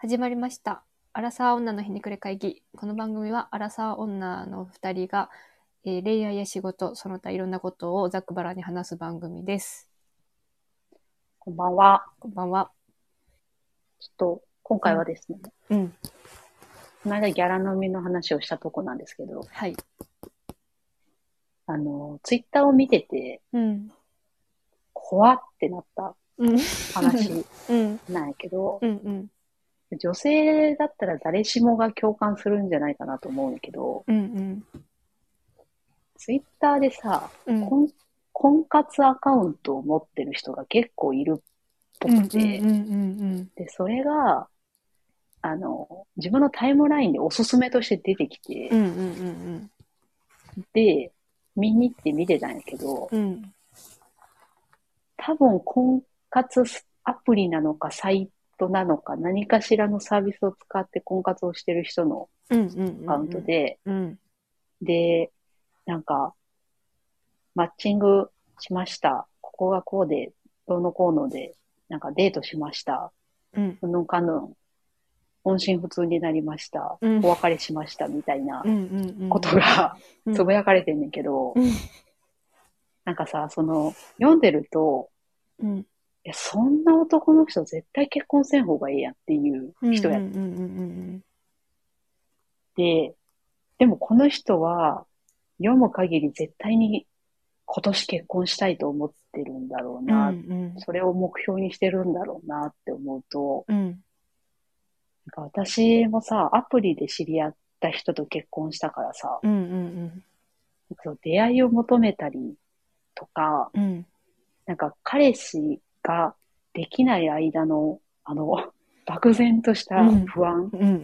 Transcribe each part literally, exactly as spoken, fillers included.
始まりました。アラサー女のひねくれ会議。この番組はアラサー女のふたりが、えー恋愛や仕事、その他いろんなことをざっくばらんに話す番組です。 こんばんは。 こんばんは。 ちょっと、今うん。 回はですね、 うん。 この間ギャラ飲みの話をしたとこなんですけど、 はい。 あの、ツイッターを見てて、 うん。 怖ってなったうん。 話うん。 なんやけど、 うん。うん。 女性だったら誰しもが共感するんじゃないかなと思うんやけど、 うん。 ツイッターでさ、 うん。 婚、婚活アカウントを持ってる人が結構いるっぽうん。うん。 くて、 うん。 で、それが、あの、自分のタイムラインにおすすめとして出てきて、 うん。うん。うん。 で、見に行って見てたんやけど、 うん。 多分婚活アプリなのかサイトなのか何かしらのサービスを使って婚活をしてる人のうん。うアカウントん。 で、 うん。 で、なんか、マッチングしました。ここがこうで、どうのこうので、なんかデートしました。 うん。 うんぬんかんぬん、音信不通になりました。 うん。 お別れしましたみたいなうん。 ことがうん。 つぶやかれてんねんけど、 うん。 なんかさ、その、読んでると、 うん。 え、そんな男の人絶対結婚せん方がいいやんっていううん。うん。 人やっうん。 て、でもこの人は読む限り絶対に今年結婚したいと思ってるんだろううん。 な。 うん。 それを目標にしてるんだろうなって思うと、 うん。 なんか私もさ、アプリで知り合った人と結婚したからさ、 うん。うん。 そう出会いを求めたりとか、 うん。 なんか彼氏ができない間の、あの、漠然としたうん。 不安。 うん。うん。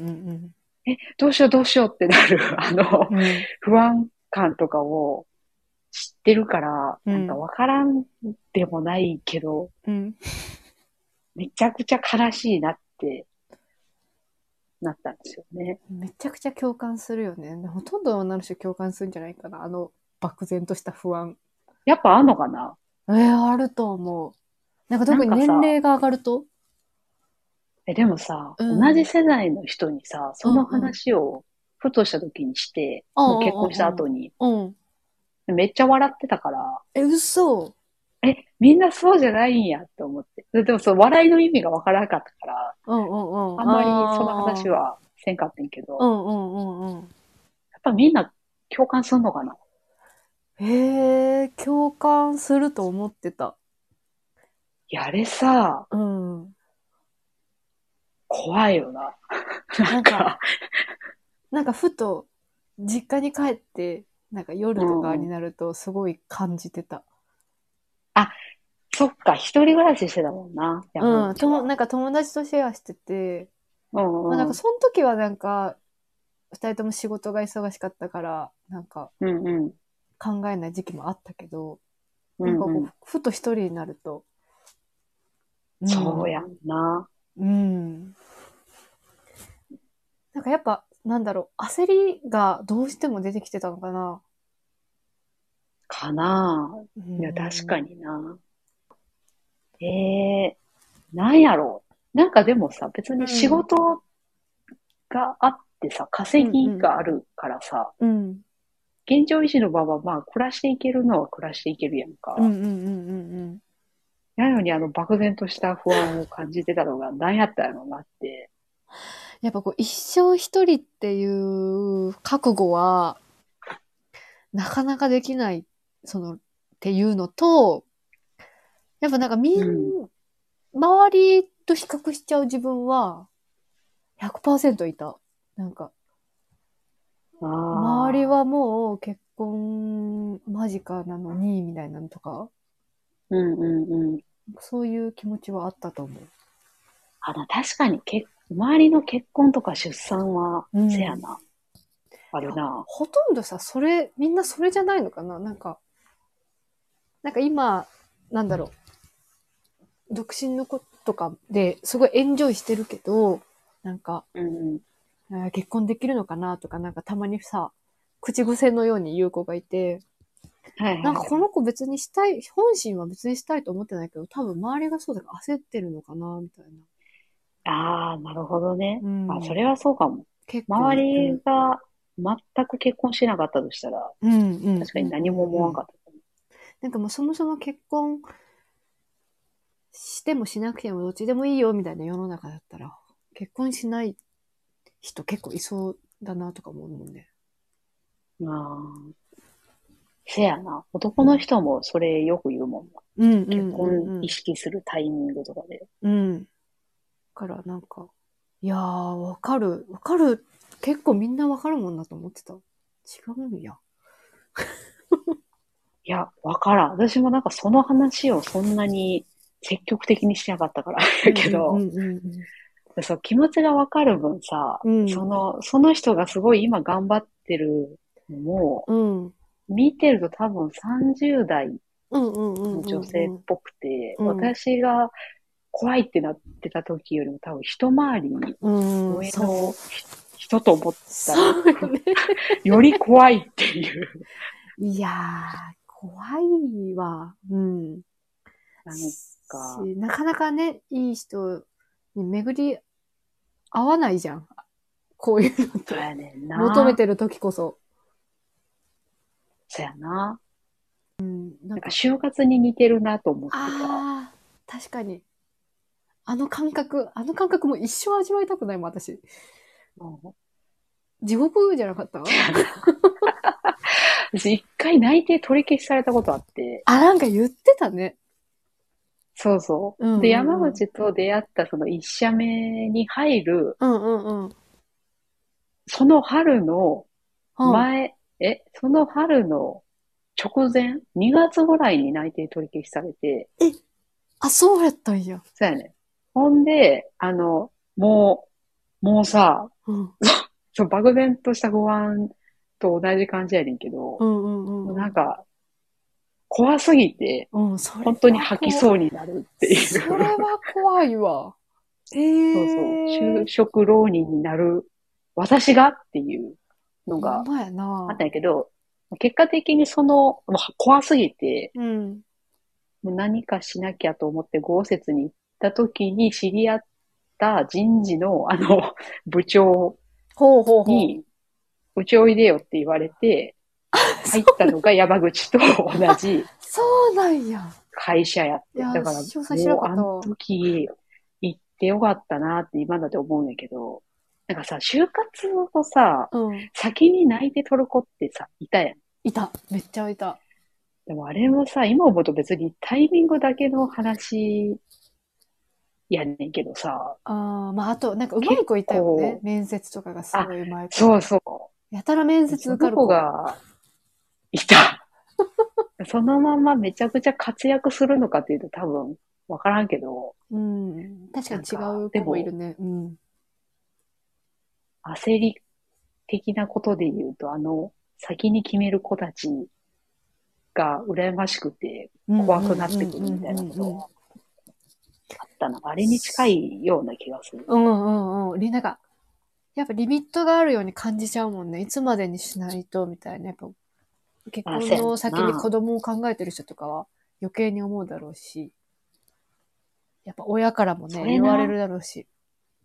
え、どうしようどうしようってなる、あの、 うん。 不安感とかを知ってるから、なんかうん。 わからんでもないけど、 うん。 めちゃくちゃ悲しいなってなったんですよね。 めちゃくちゃ共感するよね。ほとんどの女の人共感するんじゃないかな。あの、漠然とした不安。 やっぱあんのかな。 えー、あると思う。なんかな特にんかさ、 年齢が上がると。 え、でもさ、 う同じん。 世代の人にさ、そのうんうん。 話をふとした時にして、 うもう結婚したんうん後に、 うんうん。うん。 めっちゃ笑ってたから、 え、嘘。 え、みんなそうじゃないんやって思って。ででもそう、笑いの意味がわからなかったから、 うんうんうん。 あんまりその話ああ。 はせんかったんけど、 うんうんうんうん。 やっぱみんな共感すんのかな。 へえ、共感すると思ってた。 いや、あれさ、 うん。 怖いよな。なんなんか、 か、 なんかふと、実家に帰って、なんか夜とかうんうん。 になるとすごい感じてた。 あ、そっか、一人暮らししてたもんな、山うん、とも、 口は。 なんか友達とシェアしてて、 うまあなんんうん。 かその時はなんか、二人とも仕事が忙しかったから、なんかうんうん。 考えない時期もあったけど、なんかこう、 うんうん。 ふと一人になると、うそうやん、 んな。 うん。なんかやっぱ、なんだろう、焦りがどうしても出てきてたのかな。 かなういや、確かん。 にな。ええー、なんやろう。なんかでもさ、別に仕うん。 事があってさ、稼うんうん。 ぎがあるからさ、 うん。 現状維持のまま、まあ、暮らしていけるのは暮らしていけるやんか。 うんうんうんうんうん。 なのに、あの、漠然とした不安を感じてたのが何やったんやろうなって。 やっぱこう、一生一人っていう覚悟は、なかなかできない、その、っていうのと、やっぱなんかみん、 うん。 周りと比較しちゃう自分はひゃくパーセントいた。なんか、 あ周りあ。 はもう結婚間近なのに、みたいなのとか、 うんうんうん。 そういう気持ちはあったと思う。 あの、確かに、け、周りの結婚とか出産は、 うん。いせやな。あるや、 な。 ほとんどさ、それ、みんなそれじゃないのかな。なんか、なんか今、なんだろう、独身の子とかですごいエンジョイしてるけど、なんか、 うんうん。 結婚できるのかなとか、なんかたまにさ、口癖のように言う子がいて、 はいなんかこはいはい。 の子別にしたい、本心は別にしたいと思ってないけど、多分周りがそうだから焦ってるのかなみたいな。 ああ、なるほどね。 うあ、そん。 れはそうかも。 結構周言ってる。 りが全く結婚しなかったとしたら、 うんうん確かにうんうん何も思うん。 わんかったかも。 なんかもうそもそも結婚してもしなくてもどっちでもいいよみたいな世の中だったら、結婚しない人結構いそうだなとか思うもんね。 ああ、せやな。男のうん。 人もそれよく言うもんな。 うんうん結婚うん意識するタイミングとかで。 うん。うん。だからなんか、いやー、わかる。わかる。結構みんなわかるもんだと思ってた。違うんや。 いや、わからん。私もなんかその話をそんなに積極的にしなかったからやうんうんうけど、 んうんそう、気持ちがわかる分さ、 うん。 その、その人がすごい今頑張ってるのも、 うん。うん見てると多分さんじゅう代うんうんうんの女性っうんぽくて、 うん。 私が怖いってなってた時よりも多分一回りうん。うん、 上のそう。 ひ人と思ったら、 そうよね。 より怖いっていう。 いやー、怖いわ。うん。 なんか、 し、なかなかね、いい人に巡り合わないじゃん。こういうのって。 そうやねんな。 求めてる時こそ。 そうやな。なんかなんか、 就活に似てるなと思ってさ。 あー、確かに。あの感覚、あの感覚も一生味わいたくないもん、私。 うん、 地獄じゃなかった？ そうやな。私一回内定取り消しされたことあって、 あ、なんか言ってたね。 そうそうんう。で、 うんうん。 山口と出会ったその一社目に入る、 うんうんうん。 その春のうん。 前、え、その春の直前？ に 月ぐらいに内定取り消しされて、 え、あ、そうやったんや。 そうやね。ほんで、あの、もう、もうさ、 うん。 そう、漠然とした不安と同じ感じやねんけど、 うんうんうもうんうん。 なんか、怖すぎて、 うん、それ本当にはこう、 吐きそうになるっていう。 それは怖いわ。えそうそう。就えー、 職浪人になる私がっていうのがほんまやあったんな。 やけど、結果的にその、もう怖すぎて、 うん。 もう何かしなきゃと思って豪雪に行った時に知り合った人事のあの部長ほうほうほに、うちおいでよって言われて、 う。 入ったのが山口と同あ、 じそうなんや。 会社やって。 いや、 だから詳細知らなもうあのかったわ。 時行ってよかったなって今だって思うんやけど、なんかさ、就活のさ、 うん。 先に泣いて取る子ってさ、いたやん。 いた。めっちゃいた。 でもあれもさ、今思うと別にタイミングだけの話やねんけどさ、 ああ、まあ、あと、なんか、うまい結子いたよね。 構、 面接とかがすあ、 ごいうまい子。 そうそやたら面う。 接その子受かる子。 がいた。そのままめちゃくちゃ活躍するのかっていうと多分わからんけど、 うん。確かに違なんか、 う子もいるでも、 ね。うん。 焦り的なことで言うと、あの、先に決める子たちが羨ましくてうんう怖くなってんうんくるみたいなうんうんうん。 ことがあったの。あれに近いような気がする。 うんうんうん。りなんか、やっぱリミットがあるように感じちゃうもんね。いつまでにしないと、みたいな。やっぱ、結あ、そうや婚の先に子な。 供を考えてる人とかは余計に思うだろうし、やっぱ親からもね、 それな。 言われるだろうし。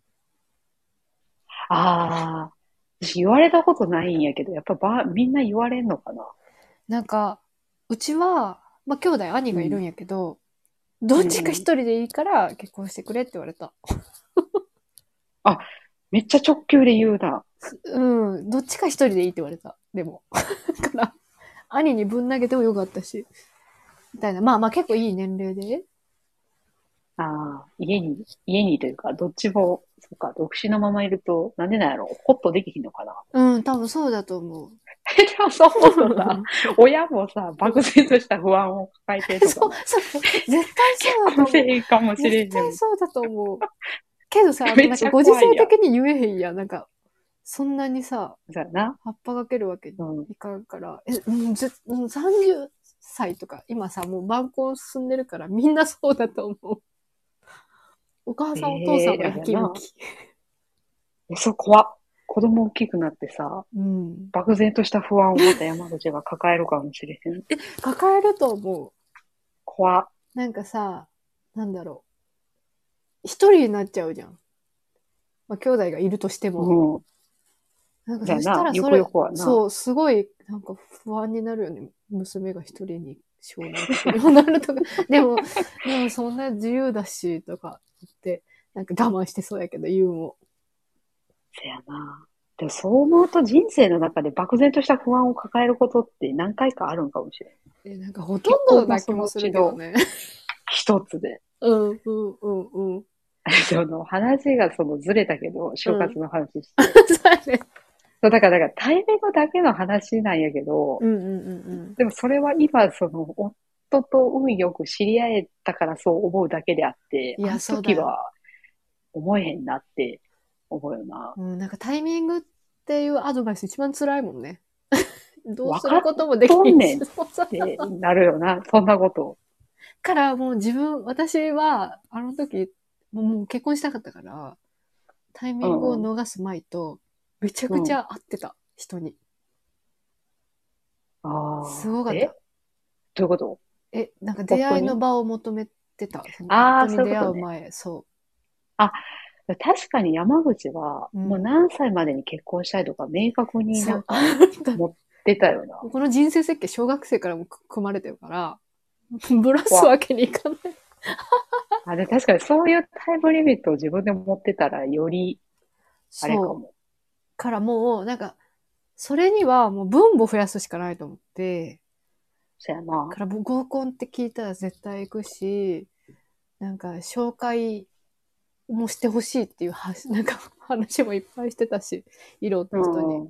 ああ、私言われたことないんやけど、やっぱば、みんな言われんのかな。 なんか、うちは、まあ、兄弟、兄うん。 がいるんやけど、どっちかうんうん。 一人でいいから結婚してくれって言われた。 あ、めっちゃ直球で言うな。 うん、どっちか一人でいいって言われた。でも。だから、兄にぶん投げてもよかったし。みたいな。まあまあ結構いい年齢で。 ああ、家に、家にというか、どっちも、そっか、独身のままいると、なんでなんやろ、ホッとできひんのかな。 うん、多分そうだと思う。 え、でもそう思うとさ、親もさ、漠然とした不安を抱えてんのかそう、 な。 そう、絶対結そうだと婚せ思う。 えへんかもし絶れんでも。 対そうだと思う。けどさ、もうめっちゃなんかご時怖いやん。 世的に言えへんやん。なんか、そんなにさ、 そうやな。 葉っぱがけるわけにうん。 いかんから。え、うん、ず、うん、さんじゅっさいとか、今さ、もう晩婚進んでるからみんなそうだと思う。お母さんお父さんもええ、あれやな。 やきもき。 そう、怖っ。子供大きくなってさ、 うん。 漠然とした不安をまた山口が抱えるかもしれへん。 抱えると思う。 怖っ。 なんかさ、なんだろう。一人になっちゃうじゃん。 まあ兄弟がいるとしても、 うん。 なんかだよな、 そしたらよそれ、 くよくはな。 そう、すごい、なんか不安になるよね。娘が一人に将来的にもなるとか。でも、でもそんな自由だし、とか言って、なんか我慢してそうやけど、言うも。 せやな。でもそう思うと人生の中で漠然とした不安を抱えることって何回かあるんかもしれん。 え、なんかほと結んど婚もそのな気もするうちのけどね。 一つで。 うん、うん、うん、うん。 その話がそのずれたけど、就うん。 活の話しそて。 うやね。 そう、だから、だからタイミングだけの話なんやけど、 うん、うん、うんでもそれは今、その、夫と運よく知り合えたからそう思うだけであって、 うん。いや、 あのそうだよ。 時は思えへんなって思うよな。 うん、なんかタイミングっていうアドバイス一番辛いもんね。どう分かっすることもできんし、 とんねんっそうそう。 てなるよな、そんなこと。 からもう自分、私は、あの時、もうもう結婚したかったから、タイミングをうんうん。 逃すまいと、めちゃうん。 くちゃ会ってた、人に。すああ、えごかった。 どういうこと？ え、なんか出会いの夫に？ 場を求めてた。そのああー、 夫に出そういうことね。 会う前、そあ、確かに山口は、 う。うもうん。 何歳までに結婚したいとか明確にそう。 なんか持ってたよな。 この人生設計、小学生からも組まれてるから、ぶらすわ、 わけにいかない。 あ、で、確かにそういうタイムリミットを自分で持ってたら、より、あれかそう。 も。 からもう、なんか、それにはもう分母増やすしかないと思って、 そやな。 から合コンって聞いたら絶対行くし、なんか紹介もしてほしいっていうは、なんか話もいっぱいしてたし、いろんうな人に。 ん。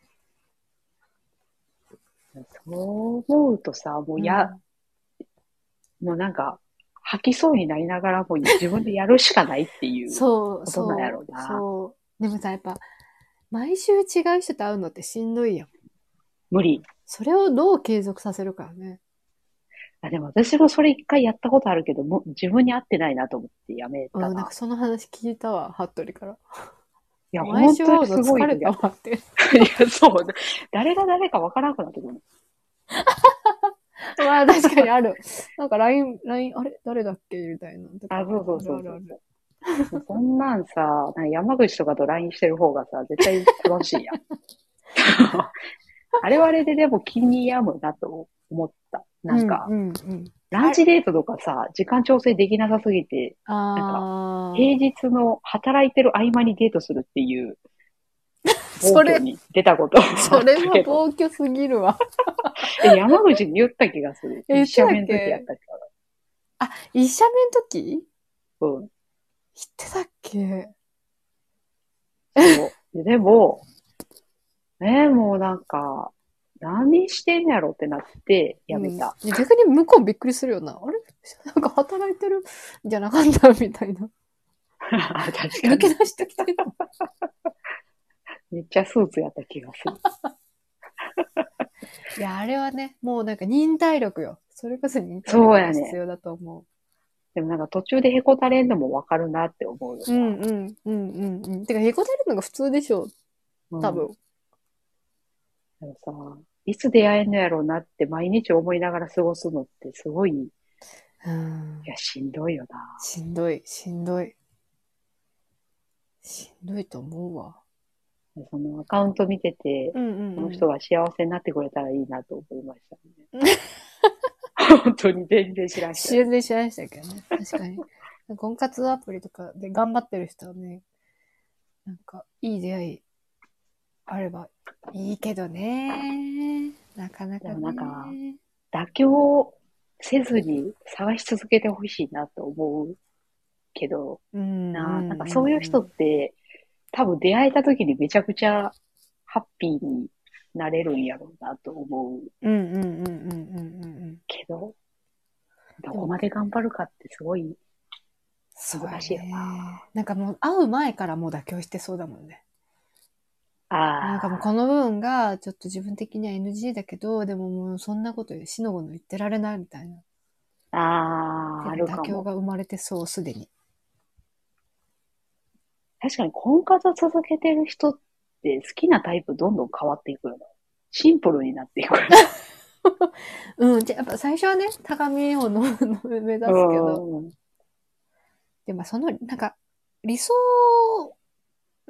そう思うとさ、もうや、 うん。 もうなんか、吐きそうになりながらも自分でやるしかないっていうそう、 ことなんやそう、 ろうな。 そう。でもさ、やっぱ、毎週違う人と会うのってしんどいやん。 無理。 それをどう継続させるかね。 あ、でも私もそれ一回やったことあるけど、もう自分に合ってないなと思ってやめたうん、なんかな。 その話聞いたわ、ハットリから。 いや、 毎週本当に会うの疲れすごい時ある。 たわって。 いや、そう。誰が誰かわからなくなってくる。 まあ確かにある。なんか ライン、ライン、あれ誰だっけみたいな。とあ、 か、 そうそうあるあるある。 そうそうそう。そんなんさ、なんか山口とかと ライン してる方がさ、絶対楽しいやん。あれはあれででも気に病むなと思った。 うん、 なんか、 うん、うん。 ランあれ、 チデートとかさ、時間調整できなさすぎて、なんか、 あ平日の働いてる合間にデートするっていうー、それ、 暴挙に出たことあっそれはたけど、 暴挙すぎるわ。 え、山口に言った気がする。 え、言ってたっ一社目の時やっけ？ たかあ、一社目の時言っら。うん。 てたっけ？ そう。ででも、えーもうなんか、何してんやろってなってうん。 やめた。 逆に向こうびっくりするよな。あれなんか働いてるんじゃなかったみたいな。 確かに。 抜け出してきてる。 めっちゃスーツやった気がする。 いや、あれはね、もうなんか忍耐力よ。それこそ忍耐力そうやね。 が必要だと思でもなんか途中でへこたれんのもわかるなって思うよう。うんうん、うん、うん、うん。てか、へこたれるのが普通でしょ。 な。うん。 多分。 でもさ、いつ出会えんのやろうなって毎日思いながら過ごすのってすごい、いうん。 や、しんどいよな。 しんどい、しんどい。しんどいと思うわ。 でそのアカウント見てて、 うんうんこのうん。 人が幸せになってくれたらいいなと思いましたね。本当に全然知らん人や。 全然知らない人だけどね。確かに。婚活アプリとかで頑張ってる人はね、なんか、いい出会いあればいいけどね。なかなでかもなんか、 ね。 妥協せずに探し続けてほしいなと思うけど、 うんうんなあ、なんかうそういう人っんうん。 て多分出会えた時にめちゃくちゃハッピーになれるんやろうなと思ううんうんうんうんうんうんうん。 けど、どでも、 こまで頑張るかってすごいそうや難しいよね。なんかもう会う前からもう妥協してそうだもんね。 な。 なんかもうあこの部分がちょっと自分的には エヌジー だけど、でももうそんなことしのごの言ってられないみたいな。 あ、ああ、あでも妥るかも。 協が生まれてそう、すでに。 確かに婚活を続けてる人って好きなタイプどんどん変わっていくよな。シンプルになっていくよな。 うん。じゃあやっぱ最初はね、高みをのの目指すけど。 うん。 でもその、なんか、理想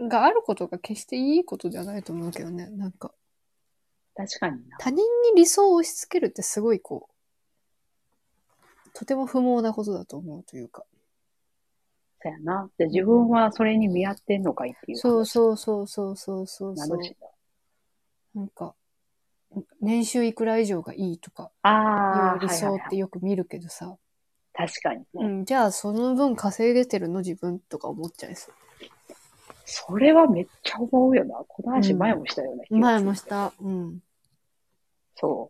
があることが決していいことじゃないと思うけどね。なんか、 確かにな。 他人に理想を押し付けるってすごいこう、とても不毛なことだと思うというか。 そうやな。で、自分はそれに見合ってんのかいっていう話。 そうそうそうそうそうそうそう。 なるしなんか、年収いくら以上がいいとかな。 いああ、 う理想っはいはいはい。 てよく見るけどさ。 確かにね。 うん、じゃあその分稼いでてるの自分とか思っちゃいそう。 それはめっちゃ思うよな。この話うん前もしたような気が前する。 もした。うん。 そう。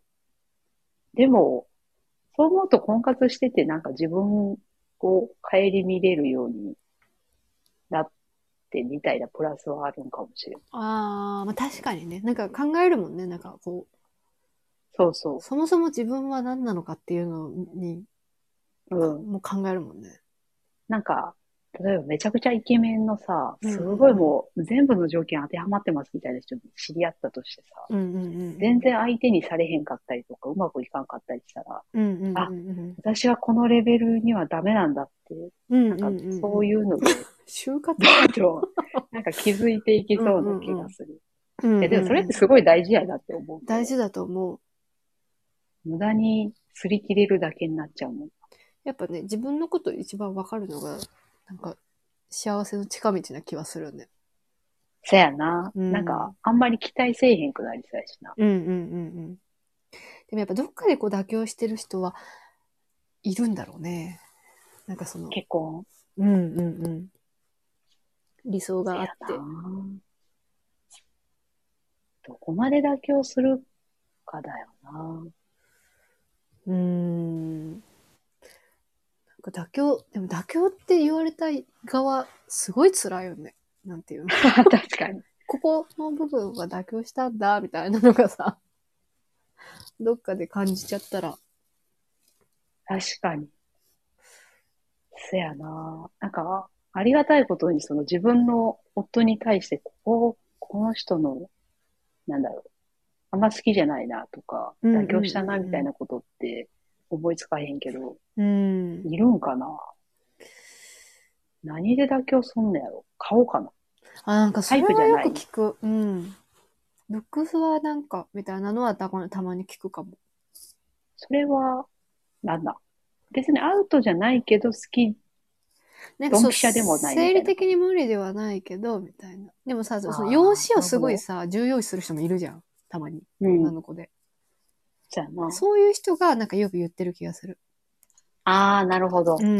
でも、そう思うと婚活しててなんか自分を顧みれるようになってみたいなプラスはあるんかもしれない。 ああ、まあ確かにね。なんか考えるもんね。なんかこう、 そうそそもそも自分は何なのかっていうのに、 う。うん。 もう考えるもんね。 なんか、例えばめちゃくちゃイケメンのさ、 うんすうんうん。 ごいもう全部の条件当てはまってますみたいな人に知り合ったとしてさ、 うんうんうんうん。 全然相手にされへんかったりとか、うまくいかんかったりしたら、 うんうんうんあ、 うん。 私はこのレベルにはダメなんだって、 うんなんかうんうんうん。 そういうので、 就活どんどん、なんか気づいていきうんそうなうんうん。 気がする。 うんうんいや、でもそれっうん。 てすごい大事やなって思うけど、 大事だと思う。 無駄に擦り切れるだけになっちゃうもん。 やっぱね、自分のこと一番わかるのが、なんか、幸せの近道な気はするね。 そやな。 うん。 なんか、あんまり期待せえへんくなりそうやしな。 うんうんうんうん。でもやっぱどっかでこう妥協してる人はいるんだろうね。なんかその、 結婚。 うんうんうん。理想そやがあって。 な。どこまで妥協するかだよな。 うーん。なんか妥協、でも妥協って言われたい側、すごい辛いよね。なんていうの。 確かに。 ここの部分は妥協したんだ、みたいなのがさ、どっかで感じちゃったら。 確かに。そやな。なんか、ありがたいことにその自分の夫に対して、ここ、この人の、なんだろう、あんま好きじゃないなとか、妥協したなみたいなことって思いつかへんけど、 うん。 いるんかな。何で妥協すんのやろ。顔かな。 あ、なんかそタイれはよくプじゃない。 聞く。うん。ルックスはなんか、みたいなのはたまたまに聞くかも。 それは、なんだ。別にアウトじゃないけど好き、 なんかそう、 ドンピシャでもないみ生理たいなこと。 的に無理ではないけど、みたいな。でもさ、その容ああ、 姿をすなるほど。 ごいさ、重要視する人もいるじゃん。たまに。 うん。 女の子で。 そうやな。 そういう人がなんかよく言ってる気がする。 ああ、なるほど。 うん、うん、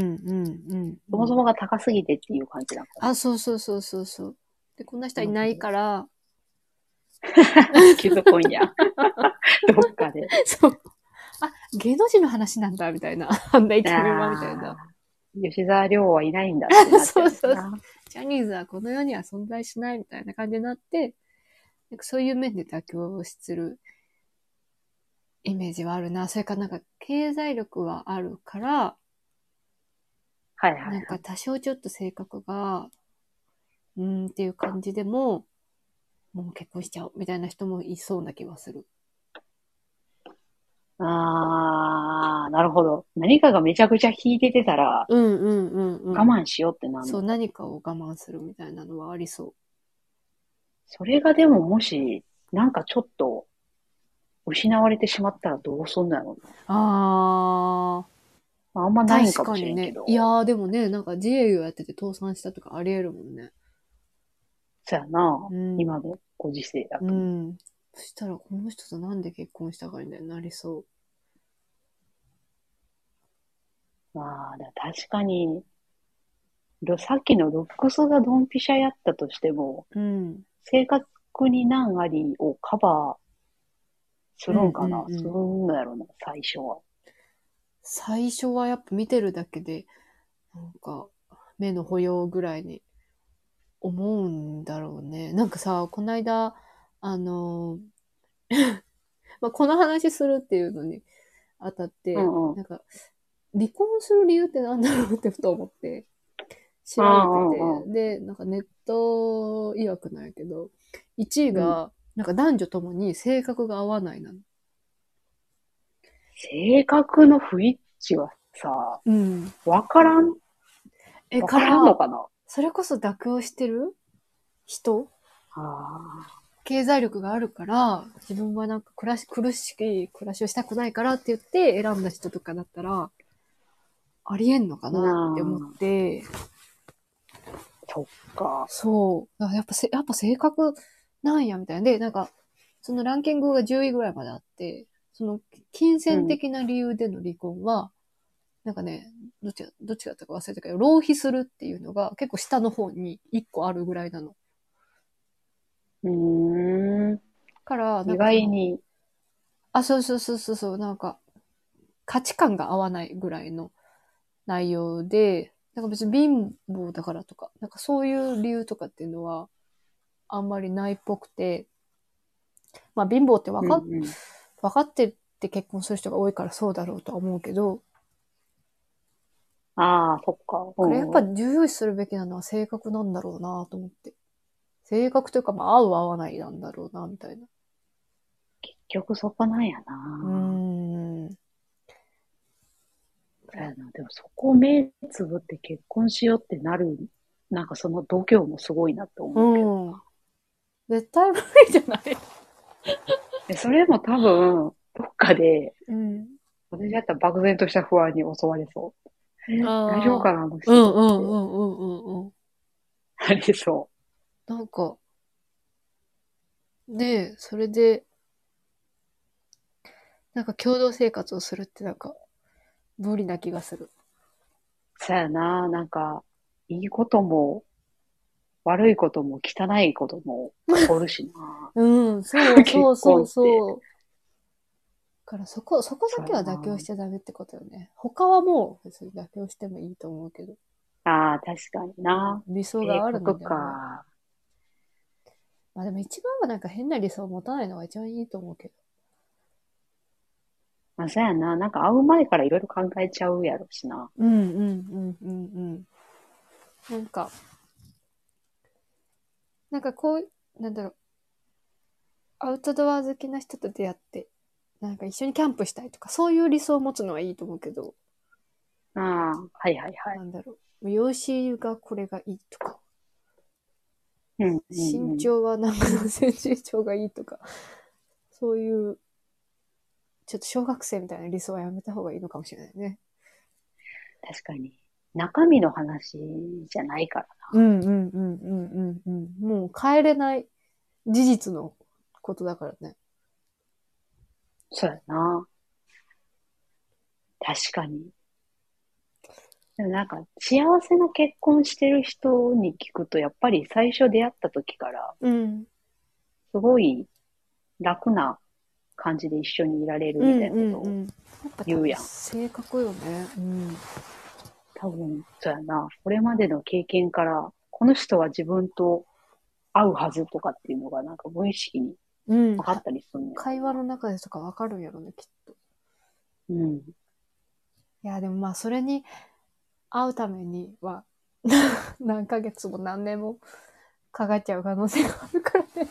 うん。 そもそもが高すぎてっていう感じなのかな。 あ、そうそうそうそうそう。で、こんな人いないなるほど。 から、 気づくんや。どっかで。 そう。あ、芸能人の話なんだ、みたいな。あんなイケメンは、みたいな。 ああ、吉沢亮はいないんだってなっちゃそうそう。 うな。 ジャニーズはこの世には存在しないみたいな感じになって、なんかそういう面で妥協するイメージはあるな。それからなんか経済力はあるから、 はいはいはい。 なんか多少ちょっと性格が、うーんっていう感じでも、もう結婚しちゃおうみたいな人もいそうな気はする。 ああ、なるほど。何かがめちゃくちゃ引いててたら、 うんうんうんう我ん。 慢しようってなるそう、 のか。 何かを我慢するみたいなのはありそそれがでももし、なんかちょっと失われてしまったらどうすんのやろうな。 う。あー。 まあ、あんまないん確かもかにね。 しれんけど。 いやーでもね、なんか自営業やってて倒産したとかあり得るもんね。 そやな。 うん。 今のご時世だと。 うん。そしたらこの人となんで結婚したかみたいになりそまあ、だから確かに、ろさっきのルックスがドンピシャやったとしても、 う。うん。 生活に難ありをカバーすうんるんかな、するうんうん。 んのやろな、最初は。 最初はやっぱ見てるだけで、なんか、目の保養ぐらいに思うんだろうね。なんかさ、この間、あの、まあ、この話するっていうのにあたって、 うんうん。 なんか、離婚する理由ってなんだろうってふと思って、調べてうんうんて、 うん。 で、なんかネット曰くなんやけど、いちいうん。 が、なんか男女ともに性格が合わないなの。 性格の不一致はさ、 うん。 わからん、 え、 わからんのから、 かな。 それこそ妥協してる人、 あ経済力があるから、自分はなんか暮らし、苦しい暮らしをしたくないからって言って選んだ人とかだったら、ありえんのかあ、 なって思っなあ、 て、 そっか。 そう。だからやっぱせ、やっぱ性格なんや、みたいな。で、なんか、そのランキングがじゅういぐらいまであって、その、金うん。 銭的な理由での離婚は、なんかね、どっちが、どっちだったか忘れたけど、浪費するっていうのが結構下の方にいっこあるぐらいなの。 うーん。 から、な意んかその、 外に、 あ、そうそうそうそうそう、なんか、価値観が合わないぐらいの内容で、なんか別に貧乏だからとか、なんかそういう理由とかっていうのはあんまりないっぽくて、まあ貧乏って分かっ、 うんうん。 分かってって結婚する人が多いからそうだろうとは思うけど、 ああ、そっか。うこれやっぱんうん。 重要視するべきなのは性格なんだろうなと思って。性格というか、まあ合う合わないなんだろうな、みたいな。 結局そこなんやうーな。 ん。 そうやな。でもそこを目つぶって結婚しようってなる、なんかその度胸もすごいなって思うけど。 うん。絶対無理じゃない？ で、それも多分、どっかで、 うん。 私だったら漠然とした不安に襲われそう。え、大丈夫ああ。 かな、あの人うんとって。 うんうんうんうんうん。 なりそなんか、で、それで、なんか共同生活をするってなんか、無理な気がする。 う。そうやな。なんか、いいことも、悪いことも、汚いことも起こるしな。 うん、そう結そうそう婚って。 そう。だからそこ、そこだそうやけは妥協しな。 ちゃダメってことよね。他はもう別に妥協してもいいと思うけど。 ああ、確かにな。 理想があるの性格であれば。 か。 まあでも一番はなんか変な理想を持たないのが一番いいと思うけど。 まあ、そうやな。なんか会う前からいろいろ考えちゃうやろしな。 うんうんうんうんうん。なんか、なんかこう、なんだろう、アウトドア好きな人と出会って、なんか一緒にキャンプしたいとか、そういう理想を持つのはいいと思うけど、 ああ、はいはいはい。 なんだろう、容姿がこれがいいとか、 うんうん身うん。 長はなんか何センチ以上がいいとか、そういう、ちょっと小学生みたいな理想はやめた方がいいのかもしれないね。 確かに。中身の話じゃないからな。 うんうんうんうんうんうん。もう変えれない事実のことだからね。 そうやな。確かに。でもなんか、幸せな結婚してる人に聞くと、やっぱり最初出会った時から、 うん。 すごい楽な感じで一緒にいられるみたいうんうなことをんうん。やっぱ多分言うやん。 性格よね。うん。 多分、そうやな。これまでの経験から、この人は自分と合うはずとかっていうのがなんか無意識にうん。は分かったりするんやろ会話の中でとかわかるんやろね、きっと。 うな。うん。 いや、でもまあ、それに会うためには、何ヶ月も何年もかかっちゃう可能性があるからね。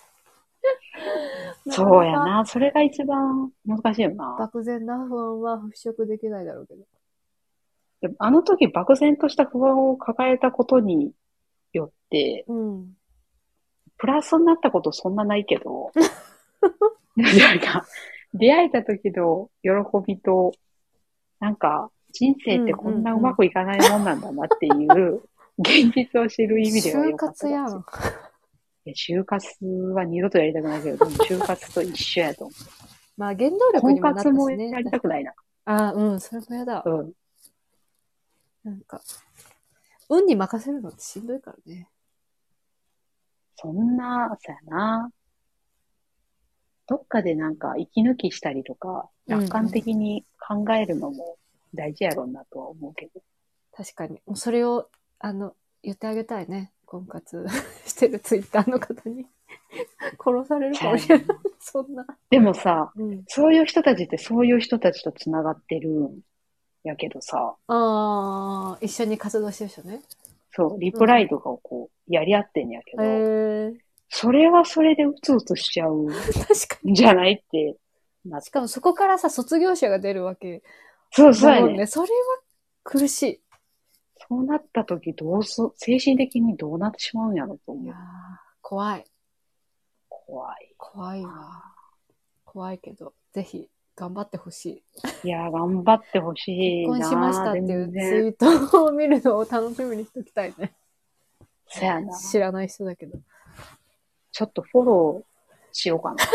なかなかそうやな。それが一番難しいよな。 漠然な不安は払拭できないだろうけど。 でもあの時漠然とした不安を抱えたことによって、 うん。 プラスになったことそんなないけど、なんか、出会えた時の喜びと、なんか、人生ってうんこんなううんうん。 まくいかないもんなんだなっていう現実を知る意味では就良かったかもしれ活やん。 ない。就活は二度とやりたくないけど、でも就活と一緒やと思う。 まあ、原動力婚にもなっ活もやたしね。確かに。 りたくないな。 ああ、うん、それもやだ。 うん。 なんか、運に任せるのってしんどいからね。 そんな、そうやな。どっかでなんか息抜きしたりとか、 うんう楽観ん。 的に考えるのも大事やろうなとは思うけど。 確かに。もうそれを、あの、言ってあげたいね。婚活してるツイッターの方に。殺されるそうやね。 かもしれない。そんな。 でもさ、 うん。 そういう人たちってそういう人たちと繋がってるんやけどさ、 ああ、一緒に活動してる人ね。 そう、リうんうん。 プライとかをこう、やり合ってんやけへど、 えー、 それはそれでうつうつしちゃう確かに。 んじゃないってなった。 しかもそこからさ、卒業者が出るわけそうそうやね。 だもんね。それは苦しい。 そうなった時どうす、精神的にどうなってしまうんやろといやー思う。 怖い。 怖い。 怖いわ。怖いけど、ぜひ頑張ってほしい。 いやー、頑張ってほし結い婚しましなー、 たっていう全然。 ツイートを見るのを楽しみにしときたいね。 そやな。 知らない人だけど。 ちょっとフォローしようかな。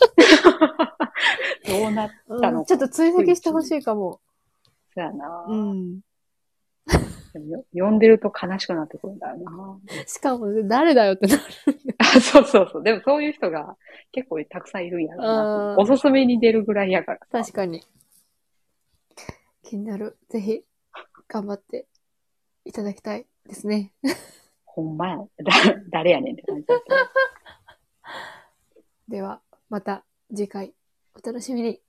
どうなったうん、 のか。 ちょっと追跡してほしいかも。 そやな。 うん。 でもよ読んでると悲しくなってくるんだよな。 しかも、誰だよってなる。 あ、そうそうそう。でもそういう人が結構たくさんいるんやろうな。 あおすすめに出るぐらいやからさ。 確かに。気になる。ぜひ、頑張っていただきたいですね。 ほんまや。だ誰やねんって感じだけど。 では、また次回、お楽しみに。